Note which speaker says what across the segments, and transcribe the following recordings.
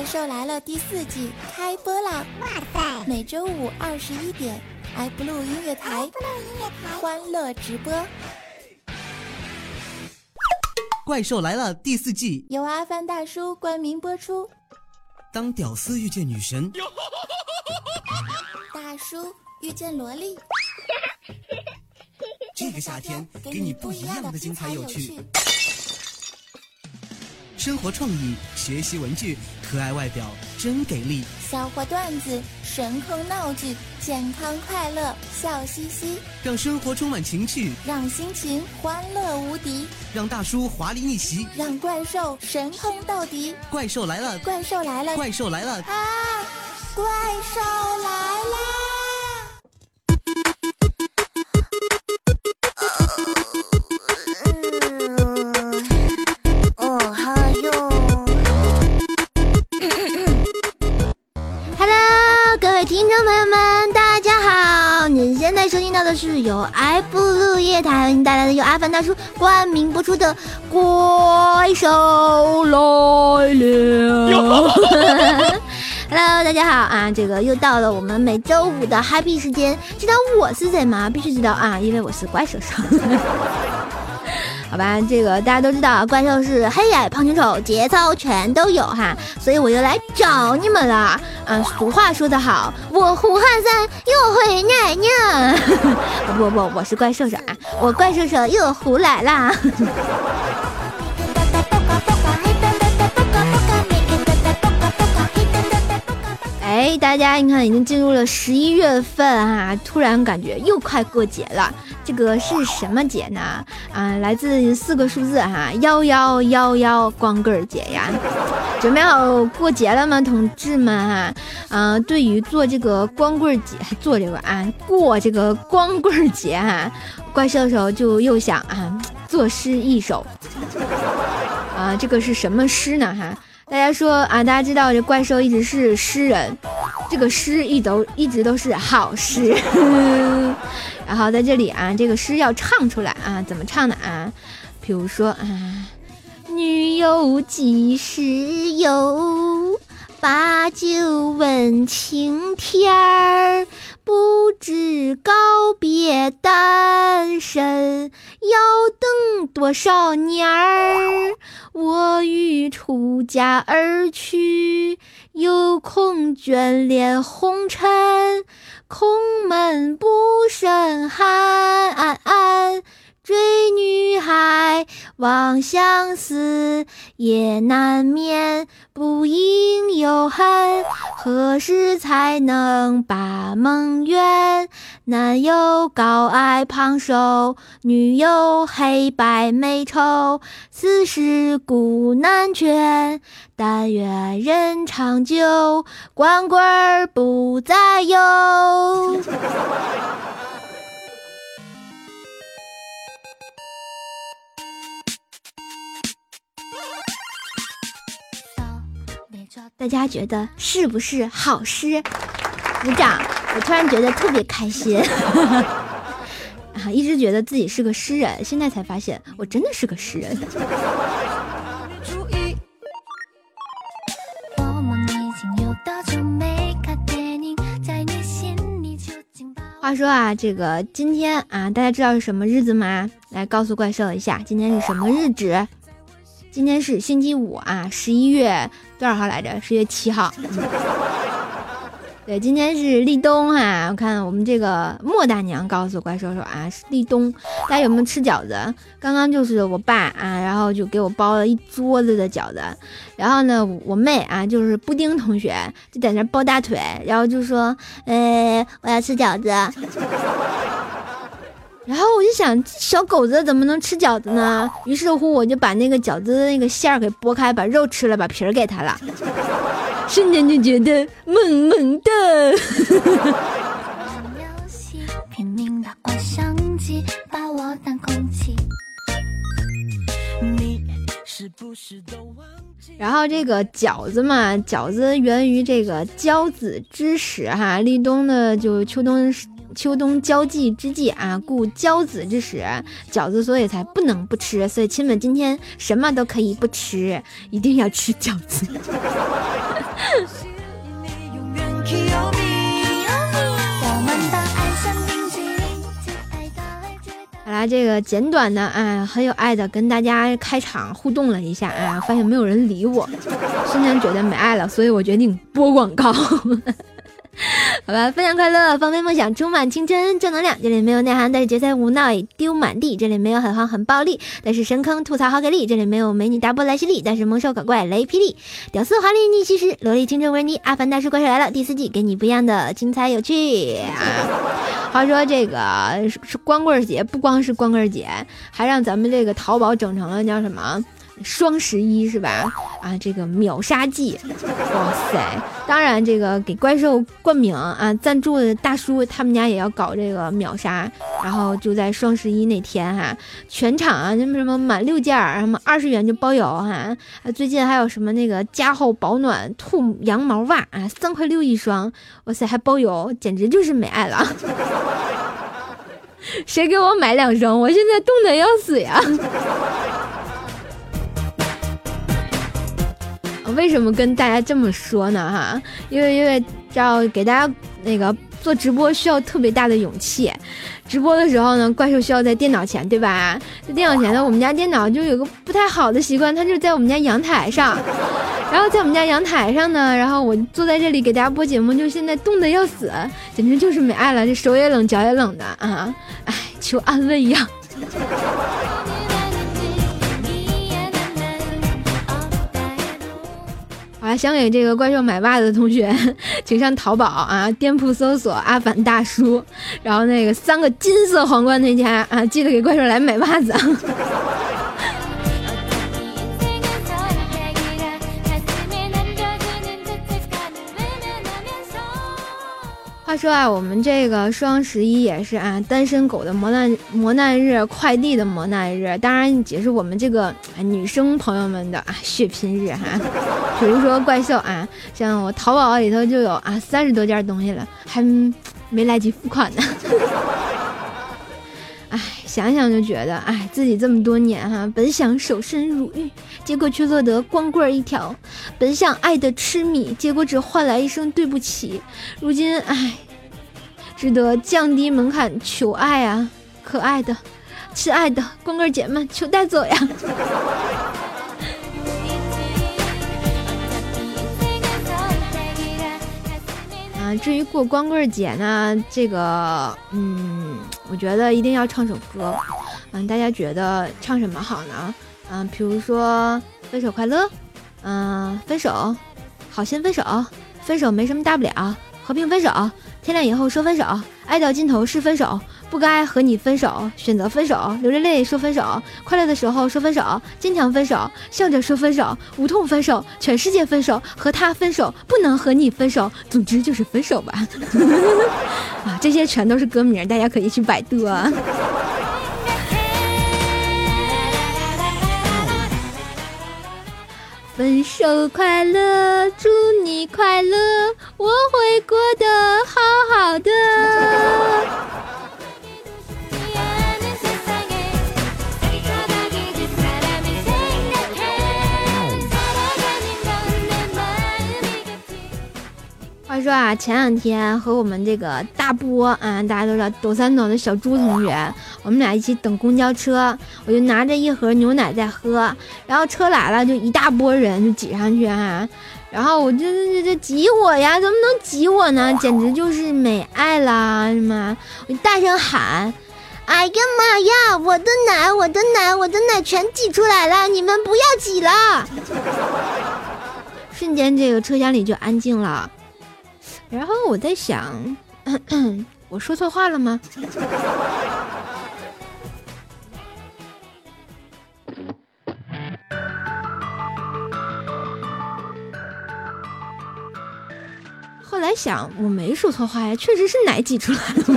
Speaker 1: 怪兽来了第4季开播啦！哇塞！每周五21点，iBlue 音乐台欢乐直播。
Speaker 2: 怪兽来了第4季，
Speaker 1: 由阿凡大叔冠名播出。
Speaker 2: 当屌丝遇见女神，
Speaker 1: 大叔遇见萝莉。
Speaker 2: 这个夏天给你不一样的精彩有趣。生活创意，学习文具，可爱外表真给力。
Speaker 1: 笑话段子，神坑闹剧，健康快乐，笑嘻嘻，
Speaker 2: 让生活充满情趣，
Speaker 1: 让心情欢乐无敌，
Speaker 2: 让大叔华丽逆袭，
Speaker 1: 让怪兽神坑到底。
Speaker 2: 怪兽来了！
Speaker 1: 怪兽来了！
Speaker 2: 怪兽来了！
Speaker 1: 啊！怪兽来啦！
Speaker 3: 听众朋友们大家好，您现在收听到的是由iBlue夜台为您带来的由阿凡大叔冠名播出的怪兽来了。Hello， 大家好啊！这个又到了我们每周五的 Happy 时间，知道我是谁吗？必须知道啊，因为我是怪兽兽。好吧，这个大家都知道，怪兽是黑矮胖穷丑，节操全都有哈，所以我又来找你们了。俗话说得好，我胡汉三又回奶奶。不，我是怪兽兽啊，我怪兽兽又胡来啦。哎，大家你看，已经进入了11月份啊，突然感觉又快过节了。这个是什么节呢？来自4个数字哈，1111光棍节呀！准备好过节了吗，同志们哈？对于做这个光棍节，过这个光棍节哈，怪兽兽就又想作诗一首。这个是什么诗呢哈？大家说大家知道这怪兽一直是诗人，这个诗一直都是好诗。然后在这里这个诗要唱出来怎么唱呢比如说女有几时有，把酒问青天儿，不知告别单身要等多少年儿。我欲出家而去，有空眷恋红尘，空门不胜寒。追女孩望相思，也难免不应有恨。何时才能把梦圆？男有高矮胖瘦，女有黑白美丑，此事古难全。但愿人长久，光棍不再有。大家觉得是不是好诗？鼓掌！我突然觉得特别开心。一直觉得自己是个诗人，现在才发现我真的是个诗人。话说这个今天大家知道是什么日子吗？来告诉怪兽一下，今天是什么日子？今天是星期五11月多少号来着？10月7号。对，今天是立冬我看我们这个莫大娘告诉怪兽说是立冬，大家有没有吃饺子？刚刚就是我爸然后就给我包了一桌子的饺子，然后呢我妹就是布丁同学就在那抱大腿，然后就说我要吃饺子。然后我就想，小狗子怎么能吃饺子呢？于是乎我就把那个饺子的那个馅儿给剥开，把肉吃了，把皮儿给他了，瞬间就觉得萌萌的。然后这个饺子嘛，饺子源于这个交子之时立冬呢就秋冬交际之际故交子之时，饺子所以才不能不吃，所以亲们今天什么都可以不吃，一定要吃饺子。 好啦，这个简短的很有爱的跟大家开场互动了一下发现没有人理我，深深觉得没爱了，所以我决定播广告。好吧，分享快乐，放飞梦想，充满青春正能量。这里没有内涵，但是节操无脑丢满地。这里没有很黄很暴力，但是深坑吐槽好给力。这里没有美女大波来袭力，但是猛兽搞怪雷霹雳。屌丝华丽逆袭时，萝莉青春维尼。阿凡大叔怪兽来了第4季，给你不一样的精彩有趣话说这个是光棍节，不光是光棍节，还让咱们这个淘宝整成了叫什么双11是吧？这个秒杀季，哇塞！当然，这个给怪兽冠名赞助的大叔他们家也要搞这个秒杀，然后就在双11那天全场什么满6件什么20元就包邮最近还有什么那个加厚保暖兔羊毛袜3块6一双，哇塞，还包邮，简直就是没爱了。谁给我买2双？我现在冻得要死呀！为什么跟大家这么说呢因为要给大家那个做直播需要特别大的勇气。直播的时候呢，怪兽需要在电脑前，对吧？在电脑前呢，我们家电脑就有个不太好的习惯，它就在我们家阳台上。然后在我们家阳台上呢，然后我坐在这里给大家播节目，就现在冻得要死，简直就是没爱了，这手也冷脚也冷的求安慰呀。想给这个怪兽买袜子的同学，请上淘宝店铺搜索阿凡大叔，然后那个3个金色皇冠那家记得给怪兽来买袜子。话说我们这个双11也是单身狗的磨难日，快递的磨难日，当然也是我们这个女生朋友们的血拼日比如说怪兽像我淘宝里头就有30多件东西了，还没来及付款呢。想想就觉得自己这么多年本想守身如玉，结果却落得光棍一条；本想爱的痴迷，结果只换来一声对不起。如今只得降低门槛求爱可爱的亲爱的光棍姐们，求带走呀。至于过光棍节呢，这个我觉得一定要唱首歌。大家觉得唱什么好呢？比如说分手快乐，分手，好心分手，分手没什么大不了，和平分手，天亮以后说分手，爱到尽头是分手，不该和你分手，选择分手，流着泪说分手，快乐的时候说分手，坚强分手，笑着说分手，无痛分手，全世界分手，和他分手，不能和你分手，总之就是分手吧。这些全都是歌名，大家可以去百度分手快乐，祝你快乐，我会过得好好的。话说前两天和我们这个大波大家都知道抖三抖的小猪同学，我们俩一起等公交车，我就拿着一盒牛奶在喝，然后车来了就一大波人就挤上去然后我就挤我呀，怎么能挤我呢？简直就是没爱啦是吗？我就大声喊，哎呀妈呀，我的奶全挤出来了，你们不要挤了。瞬间这个车厢里就安静了。然后我在想，我说错话了吗？后来想，我没说错话呀，确实是奶挤出来了。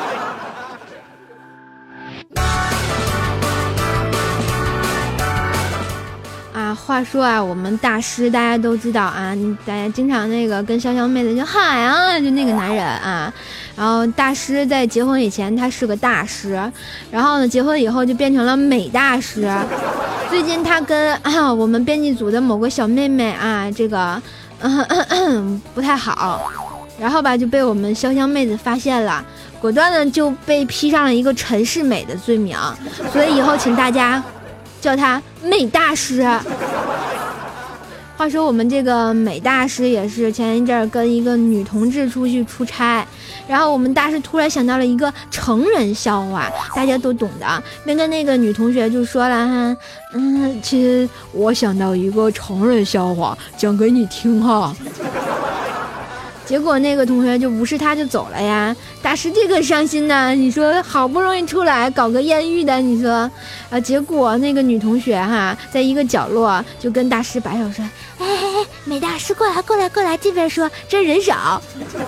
Speaker 3: 话说我们大师大家都知道大家经常那个跟潇潇妹子就喊就那个男人然后大师在结婚以前他是个大师，然后呢结婚以后就变成了美大师。最近他跟我们编辑组的某个小妹妹这个不太好，然后吧就被我们潇湘妹子发现了，果断的就被披上了一个陈世美的罪名，所以以后请大家叫她美大师。话说我们这个美大师也是前一阵儿跟一个女同志出去出差，然后我们大师突然想到了一个成人笑话，大家都懂的，便跟那个女同学就说了哈，其实我想到一个成人笑话，讲给你听哈。结果那个同学就无视他就走了呀，大师这个伤心呐，你说好不容易出来搞个艳遇的，你说结果那个女同学在一个角落就跟大师摆手说，哎，美大师过来这边说，这人少。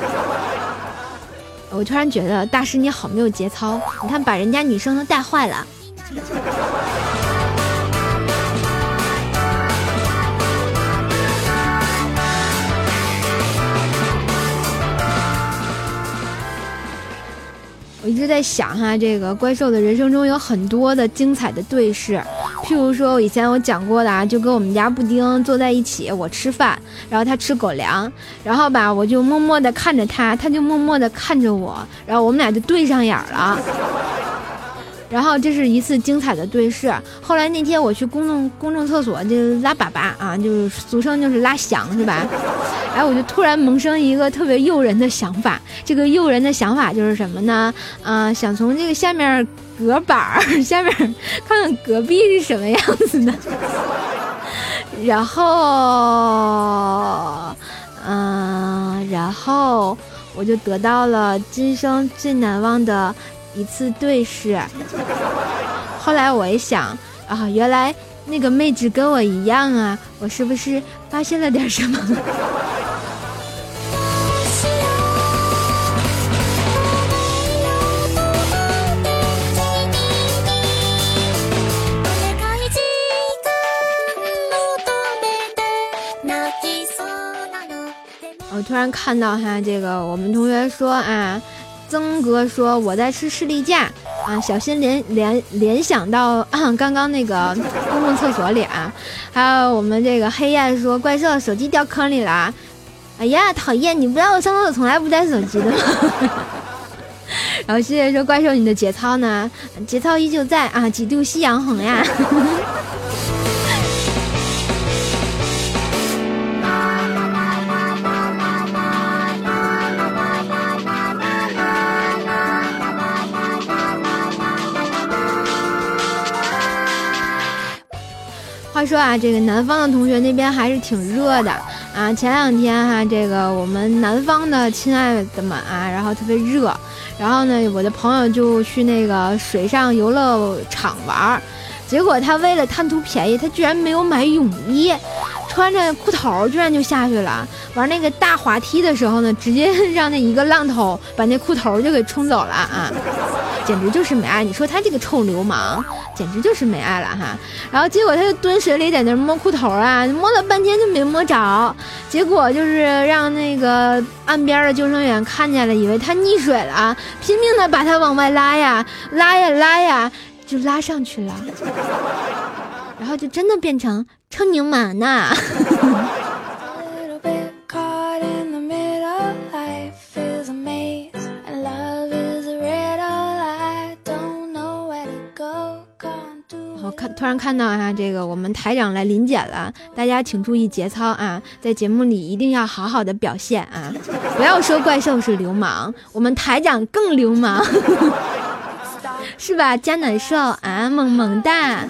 Speaker 3: 我突然觉得大师你好没有节操，你看把人家女生都带坏了。我一直在想这个怪兽的人生中有很多的精彩的对视，譬如说以前我讲过的就跟我们家布丁坐在一起，我吃饭，然后他吃狗粮，然后吧我就默默的看着他，他就默默的看着我，然后我们俩就对上眼了。然后这是一次精彩的对视。后来那天我去公众厕所就拉粑粑就是俗称就是拉翔是吧？我就突然萌生一个特别诱人的想法，这个诱人的想法就是什么呢？想从这个下面隔板下面看看隔壁是什么样子的，然后我就得到了今生最难忘的一次对视。后来我一想原来那个妹纸跟我一样我是不是发现了点什么？我突然看到这个我们同学说曾哥说我在吃士力架小心联想到刚刚那个公共厕所里还有我们这个黑夜说怪兽手机掉坑里了，哎呀讨厌，你不知道我上厕所从来不带手机的吗？然后谢谢说怪兽你的节操呢？节操依旧在几度夕阳红呀。话说这个南方的同学那边还是挺热的前两天这个我们南方的亲爱的们然后特别热，然后呢我的朋友就去那个水上游乐场玩，结果他为了贪图便宜，他居然没有买泳衣，穿着裤头居然就下去了。玩那个大滑梯的时候呢，直接让那一个浪头把那裤头就给冲走了简直就是没爱。你说他这个臭流氓简直就是没爱了然后结果他就蹲水里在那摸裤头摸了半天就没摸着，结果就是让那个岸边的救生员看见了，以为他溺水了，拼命的把他往外拉呀就拉上去了，然后就真的变成臭柠檬呢。突然看到这个我们台长来临检了，大家请注意节操在节目里一定要好好的表现不要说怪兽是流氓，我们台长更流氓。是吧，加暖兽萌萌哒。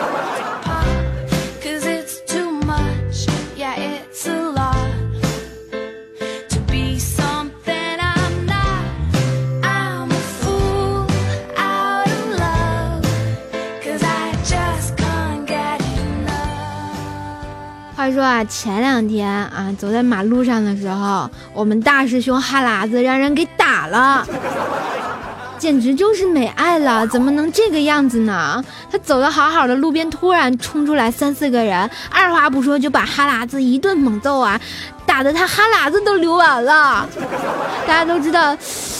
Speaker 3: 话说前两天走在马路上的时候，我们大师兄哈喇子让人给打了，简直就是没爱了，怎么能这个样子呢？他走得好好的，路边突然冲出来3-4个人，二话不说就把哈喇子一顿猛揍打得他哈喇子都流完了。大家都知道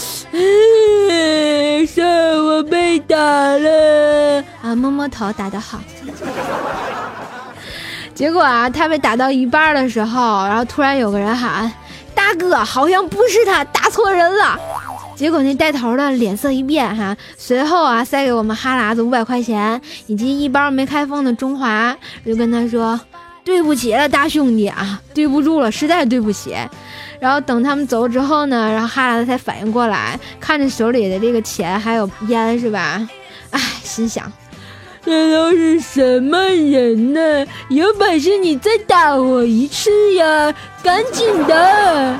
Speaker 3: 是我被打了摸摸头，打得好。 结果啊，他被打到一半的时候，然后突然有个人喊：“大哥，好像不是他，打错人了。”结果那带头的脸色一变哈，随后啊塞给我们哈喇子500块钱以及一包没开封的中华，就跟他说：“对不起了，大兄弟啊，对不住了，实在对不起。”然后等他们走之后呢，然后哈喇子才反应过来，看着手里的这个钱还有烟是吧？哎，心想。这都是什么人呢？有本事你再打我一次呀！赶紧的！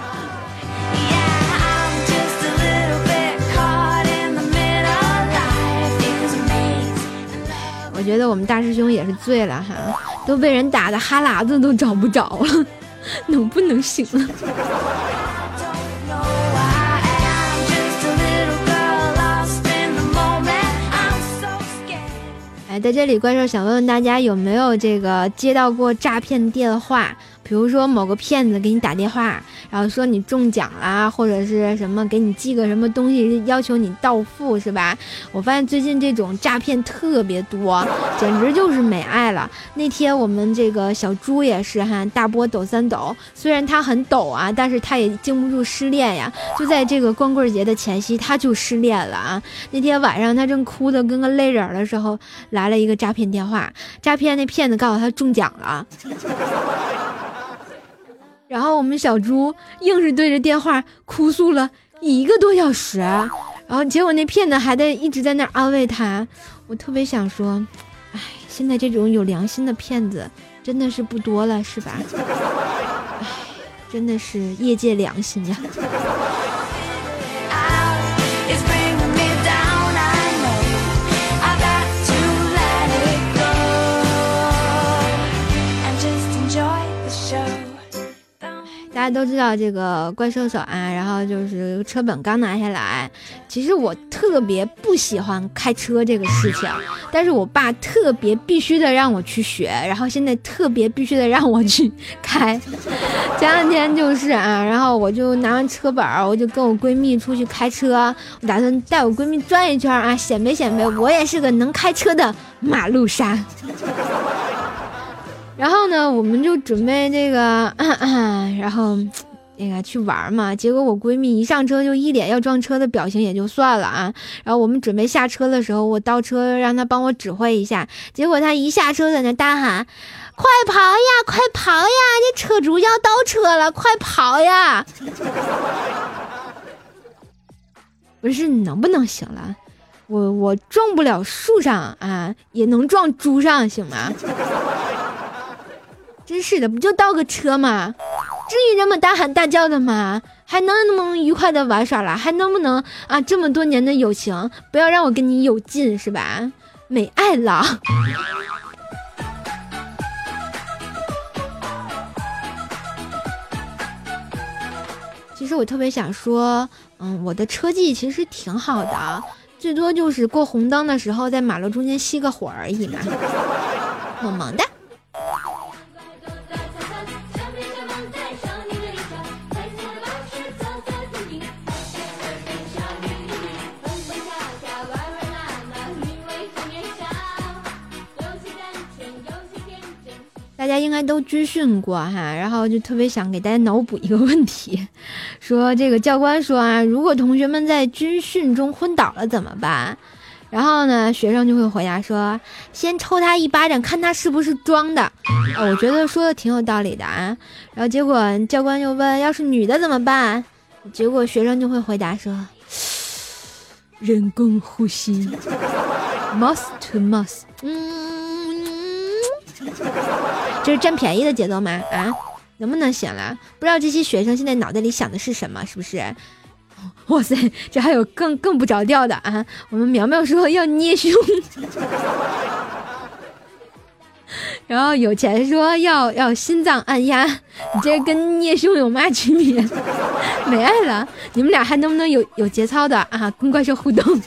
Speaker 3: 我觉得我们大师兄也是醉了哈，都被人打的哈喇子都找不着了，能不能行了？在这里怪兽想问问大家有没有这个接到过诈骗电话，比如说某个骗子给你打电话，然后说你中奖啦，或者是什么给你寄个什么东西要求你到付是吧？我发现最近这种诈骗特别多，简直就是美爱了。那天我们这个小猪也是哈，大波抖3抖，虽然他很抖啊，但是他也经不住失恋呀。就在这个光棍节的前夕，他就失恋了啊。那天晚上他正哭得跟个泪人的时候，来了一个诈骗电话，诈骗那骗子告诉他中奖了。然后我们小猪硬是对着电话哭诉了1个多小时，然后结果那骗子还得一直在那儿安慰他。我特别想说，哎，现在这种有良心的骗子真的是不多了是吧？哎，真的是业界良心呀。大家都知道这个怪兽手啊，然后就是车本刚拿下来。其实我特别不喜欢开车这个事情，但是我爸特别必须的让我去学，然后现在特别必须的让我去开。前2天就是啊，然后我就拿完车本，我就跟我闺蜜出去开车，我打算带我闺蜜转一圈啊，显摆显摆我也是个能开车的马路杀。然后呢，我们就准备这个，然后那个去玩嘛。结果我闺蜜一上车就一脸要撞车的表情，也就算了啊。然后我们准备下车的时候，我倒车让她帮我指挥一下。结果她一下车在那大喊：“快跑呀，快跑呀！这车主要倒车了，快跑呀！”不是你能不能行了？我撞不了树上啊，也能撞猪上，行吗？真是的，不就倒个车吗？至于这么大喊大叫的吗？还能不能愉快的玩耍了？还能不能啊？这么多年的友情，不要让我跟你有劲是吧？没爱了。其实我特别想说，我的车技其实挺好的，最多就是过红灯的时候在马路中间熄个火而已嘛。萌萌的。大家应该都军训过哈，然后就特别想给大家脑补一个问题，说这个教官说啊，如果同学们在军训中昏倒了怎么办？然后呢，学生就会回答说，先抽他一巴掌，看他是不是装的。我觉得说的挺有道理的啊。然后结果教官又问，要是女的怎么办？结果学生就会回答说，人工呼吸 ，mouth to mouth，这是占便宜的节奏吗？啊，能不能行了？不知道这些学生现在脑袋里想的是什么？是不是？哇塞，这还有更不着调的啊！我们苗苗说要捏胸，然后有钱说要心脏按压，你这跟捏胸有嘛区别？没爱了，你们俩还能不能有节操的啊？跟怪兽互动。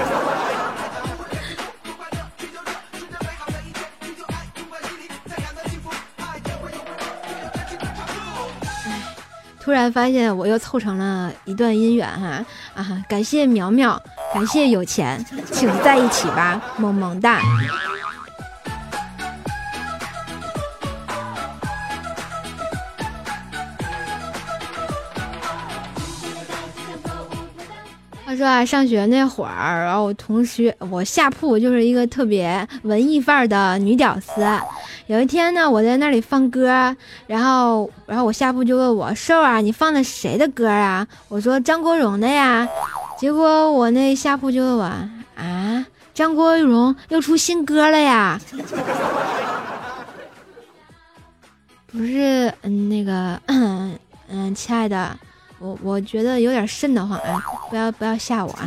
Speaker 3: 突然发现我又凑成了一段姻缘哈啊！感谢苗苗，感谢有钱，请在一起吧，萌萌哒。 说啊，上学那会儿，然后我下铺就是一个特别文艺范儿的女屌丝。有一天呢，我在那里放歌，然后我下铺就问我瘦啊，你放的谁的歌啊？我说张国荣的呀。结果我那下铺就问我啊，张国荣又出新歌了呀？不是，亲爱的。我觉得有点瘆得慌啊！不要吓我啊！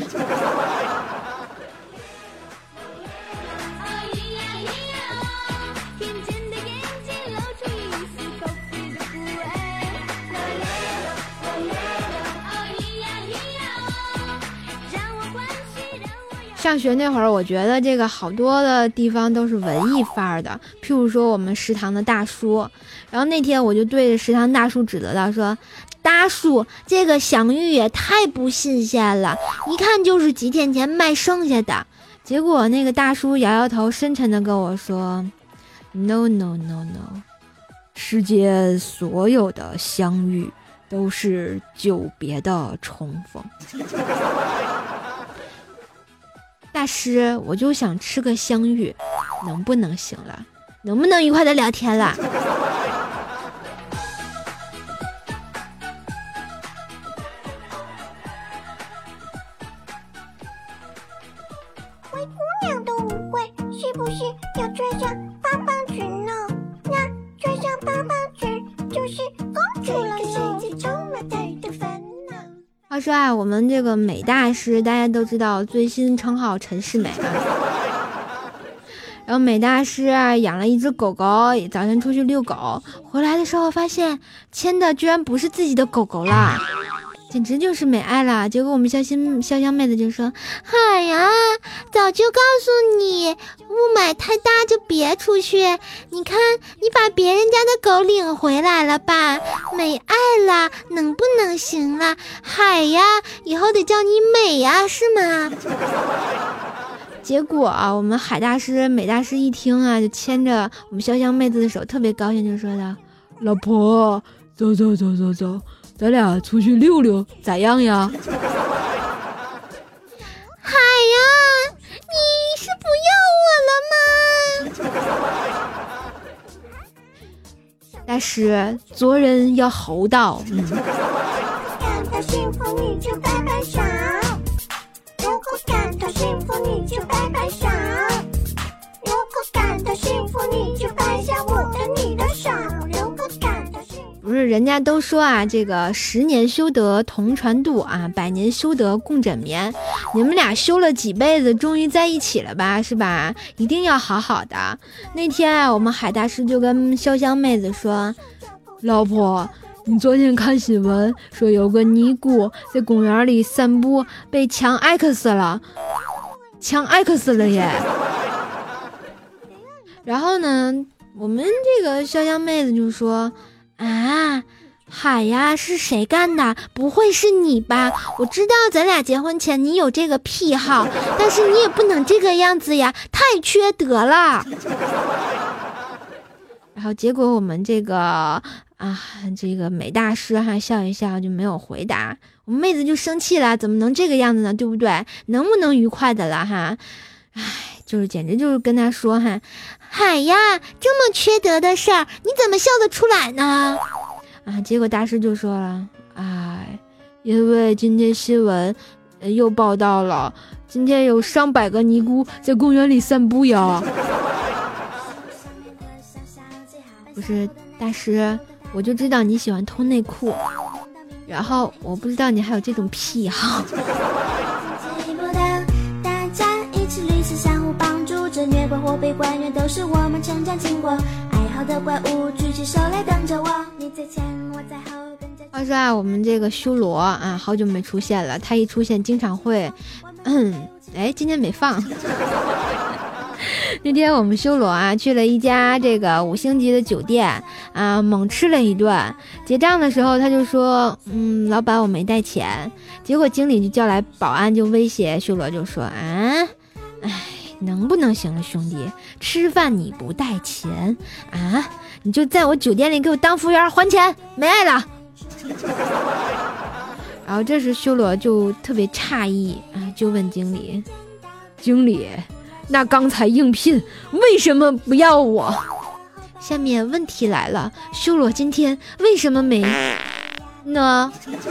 Speaker 3: 上学那会儿，我觉得这个好多的地方都是文艺范儿的，譬如说我们食堂的大叔。然后那天我就对着食堂大叔指责他说，大叔，这个香芋也太不新鲜了，一看就是几天前卖剩下的。结果那个大叔摇摇头，深沉地跟我说 No， 世界所有的香芋都是久别的重逢。大师，我就想吃个香芋，能不能行了？能不能愉快的聊天了？
Speaker 4: 灰姑娘的舞会是不是要穿上棒棒裙呢？那穿上棒棒裙就是公主了呢。世界充满太多烦恼。
Speaker 3: 话说啊，我们这个美大师大家都知道，最新称号陈世美啊。然后美大师啊养了一只狗狗，早晨出去遛狗，回来的时候发现牵的居然不是自己的狗狗啦，简直就是美爱了。结果我们潇湘妹子就说：“哎呀，早就告诉你，雾霾太大就别出去。你看，你把别人家的狗领回来了吧？美爱啦，能不能行啦？海呀，以后得叫你美呀，是吗？”结果啊，我们海大师、美大师一听啊，就牵着我们潇湘妹子的手，特别高兴，就说道：“老婆，走，咱俩出去溜溜，咋样呀？”海呀，你是不要我了吗？大师，做人要厚道。
Speaker 4: 感到幸福你就拍拍手，如果感到幸福你就拍拍手，如果感到幸福你就拍下我的你的手，如果感到幸福。
Speaker 3: 不是，人家都说啊，这个10年修得同船渡啊，100年修得共枕眠。你们俩修了几辈子，终于在一起了吧，是吧？一定要好好的。那天啊，我们海大师就跟潇湘妹子说：“老婆，你昨天看新闻说有个尼姑在公园里散步被枪 X 了耶。”然后呢，我们这个潇湘妹子就说：“啊，海呀，是谁干的？不会是你吧？我知道咱俩结婚前你有这个癖好，但是你也不能这个样子呀，太缺德了。”然后结果我们这个美大师还笑一笑就没有回答，我们妹子就生气了，怎么能这个样子呢？对不对？能不能愉快的了哈？就是简直就是跟他说哈，海呀，这么缺德的事儿，你怎么笑得出来呢？结果大师就说了，因为今天新闻又报道了，今天有上百个尼姑在公园里散步呀。不是，大师，我就知道你喜欢偷内裤，然后我不知道你还有这种癖好。
Speaker 4: 大家一起旅行，相互帮助着，越过或悲观，越都是我们成长经过。爱好的怪物举起手来等着我，你在前，我在后，跟着。
Speaker 3: 话说啊，我们这个修罗啊，好久没出现了，他一出现经常会，今天没放。那天我们修罗啊去了一家这个5星级的酒店啊，猛吃了一顿。结账的时候他就说，老板我没带钱。结果经理就叫来保安，就威胁修罗，就说能不能行了兄弟，吃饭你不带钱啊，你就在我酒店里给我当服务员还钱，没爱了。 然后这时修罗就特别诧异啊，就问经理：“经理，那刚才应聘为什么不要我？”下面问题来了，修罗今天为什么没呢？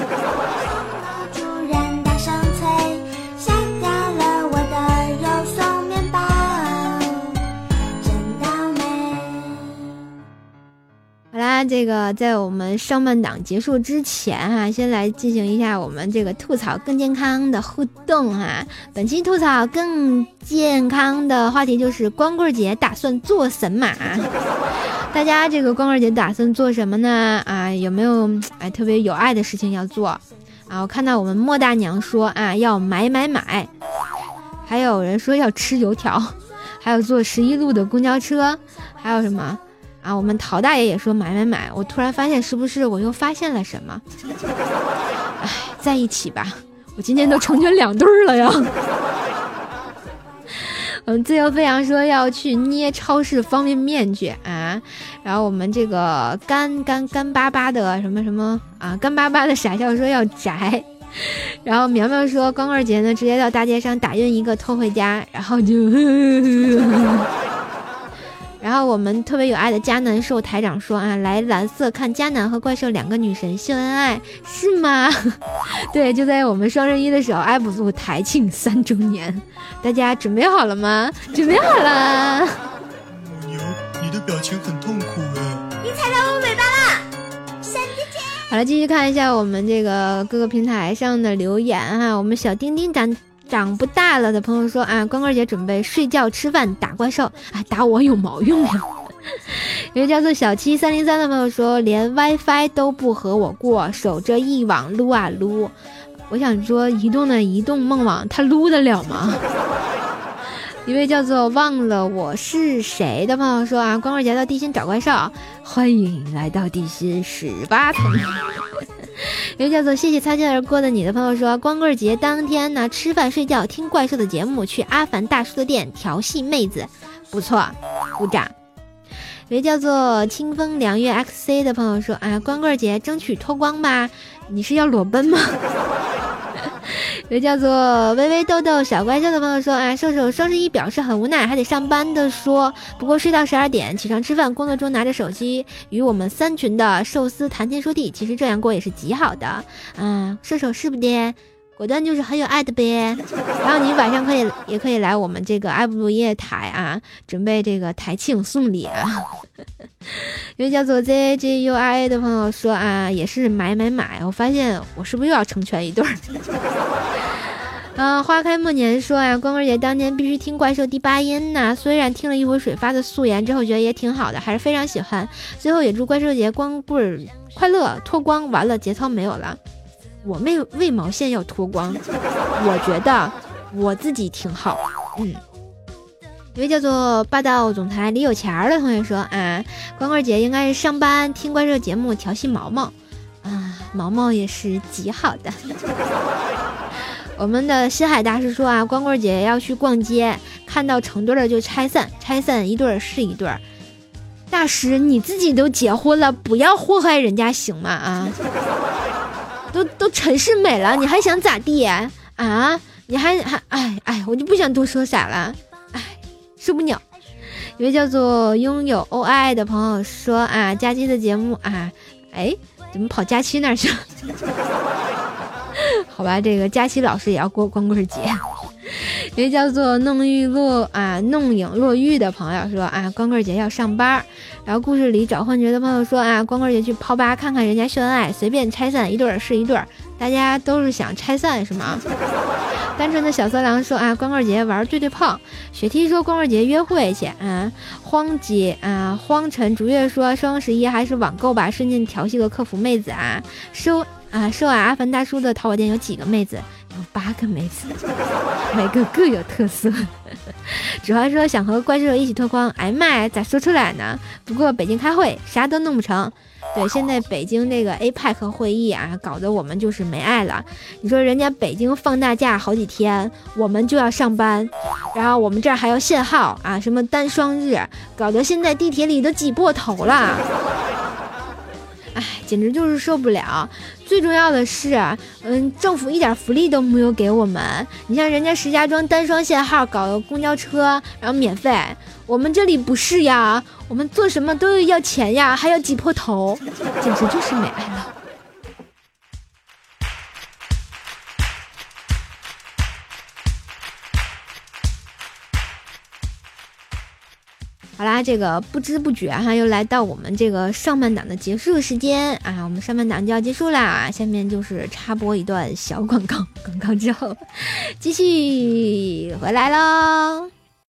Speaker 3: 好啦，这个在我们上半档结束之前先来进行一下我们这个吐槽更健康的互动本期吐槽更健康的话题就是光棍节打算做什么？大家这个光棍节打算做什么呢？有没有特别有爱的事情要做？我看到我们莫大娘说要买，还有人说要吃油条，还有坐11路的公交车，还有什么？我们陶大爷也说买，我突然发现是不是我又发现了什么？在一起吧，我今天都成全2对了呀。自由飞扬说要去捏超市方便面去然后我们这个干巴巴的什么干巴巴的傻笑说要宅，然后苗苗说光棍节呢直接到大街上打晕一个拖回家，然后就然后我们特别有爱的迦南兽台长说来蓝色看迦南和怪兽2个女神秀恩爱是吗？对，就在我们双十一的时候，爱补录台庆3周年，大家准备好了吗？准备好了。
Speaker 5: 母牛，你的表情很痛苦
Speaker 4: 你踩到我尾巴了，闪电姐。
Speaker 3: 好了，继续看一下我们这个各个平台上的留言我们小丁丁长不大了的朋友说光棍节准备睡觉吃饭打怪兽打我有毛用呀？有个叫做小7303的朋友说连 WiFi 都不和我过，守着一网撸啊撸。我想说移动的移动梦网它撸得了吗？一位叫做忘了我是谁的朋友说光棍节到地心找怪兽，欢迎来到地心18层。有叫做谢谢擦肩而过的你的朋友说光棍节当天呢吃饭睡觉听怪兽的节目，去阿凡大叔的店调戏妹子，不错，鼓掌。有叫做清风凉月 XC 的朋友说光棍节争取脱光吧，你是要裸奔吗？有叫做微微豆豆小怪兽的朋友说瘦瘦双11表示很无奈，还得上班的说不过睡到12点起床吃饭，工作中拿着手机与我们3群的寿司谈天说地，其实这样过也是极好的瘦瘦是不的，果断就是很有爱的呗。然后你晚上也可以来我们这个爱布鲁音乐台准备这个台庆送礼因为叫做 ZJUIA 的朋友说也是买，我发现我是不是又要成全一对花开末年说光棍节当天必须听怪兽第8音虽然听了一会水发的素颜之后觉得也挺好的，还是非常喜欢。最后也祝怪兽节光棍快乐，脱光完了节操没有了，我没有为毛线要脱光，我觉得我自己挺好。一位叫做霸道总裁李有钱的同学说光棍节应该是上班听怪兽节目调戏毛毛毛毛也是极好的。我们的西海大师说光棍节要去逛街，看到成对的就拆散一对是一对。大师你自己都结婚了，不要祸害人家行吗都陈世美了，你还想咋地你还我就不想多说啥了，受不了。一位叫做拥有 OI 的朋友说佳期的节目怎么跑佳期那儿去了？好吧，这个佳期老师也要过光棍节。一位叫做弄影落玉的朋友说光棍节要上班。然后故事里找幻觉的朋友说光棍节去泡吧看看人家秀恩爱，随便拆散一对是一对，大家都是想拆散是吗？单纯的小色狼说光棍节玩对炮。雪 T 说光棍节约会去荒尘逐月说双11还是网购吧，顺便调戏个客服妹子收阿凡大叔的淘宝店有几个妹子？有8个妹子，每个各有特色。主要说想和怪兽一起脱光，妈咋说出来呢？不过北京开会啥都弄不成。对，现在北京这个 APEC 会议搞得我们就是没爱了。你说人家北京放大假好几天，我们就要上班，然后我们这儿还要限号什么单双日，搞得现在地铁里都挤破头了。 简直就是受不了。最重要的是，政府一点福利都没有给我们。你像人家石家庄单双线号搞个公交车，然后免费，我们这里不是呀，我们做什么都要钱呀，还要挤破头，简直就是美爱了。好啦，这个不知不觉又来到我们这个上半档的结束时间啊，我们上半档就要结束啦，下面就是插播一段小广告，广告之后继续回来喽。